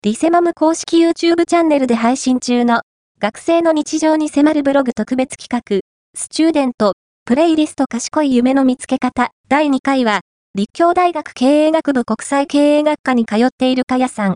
リセマム公式 YouTube チャンネルで配信中の学生の日常に迫るブログ特別企画、スチューデント、プレイリスト賢い夢の見つけ方第2回は、立教大学経営学部国際経営学科に通っているかやさん、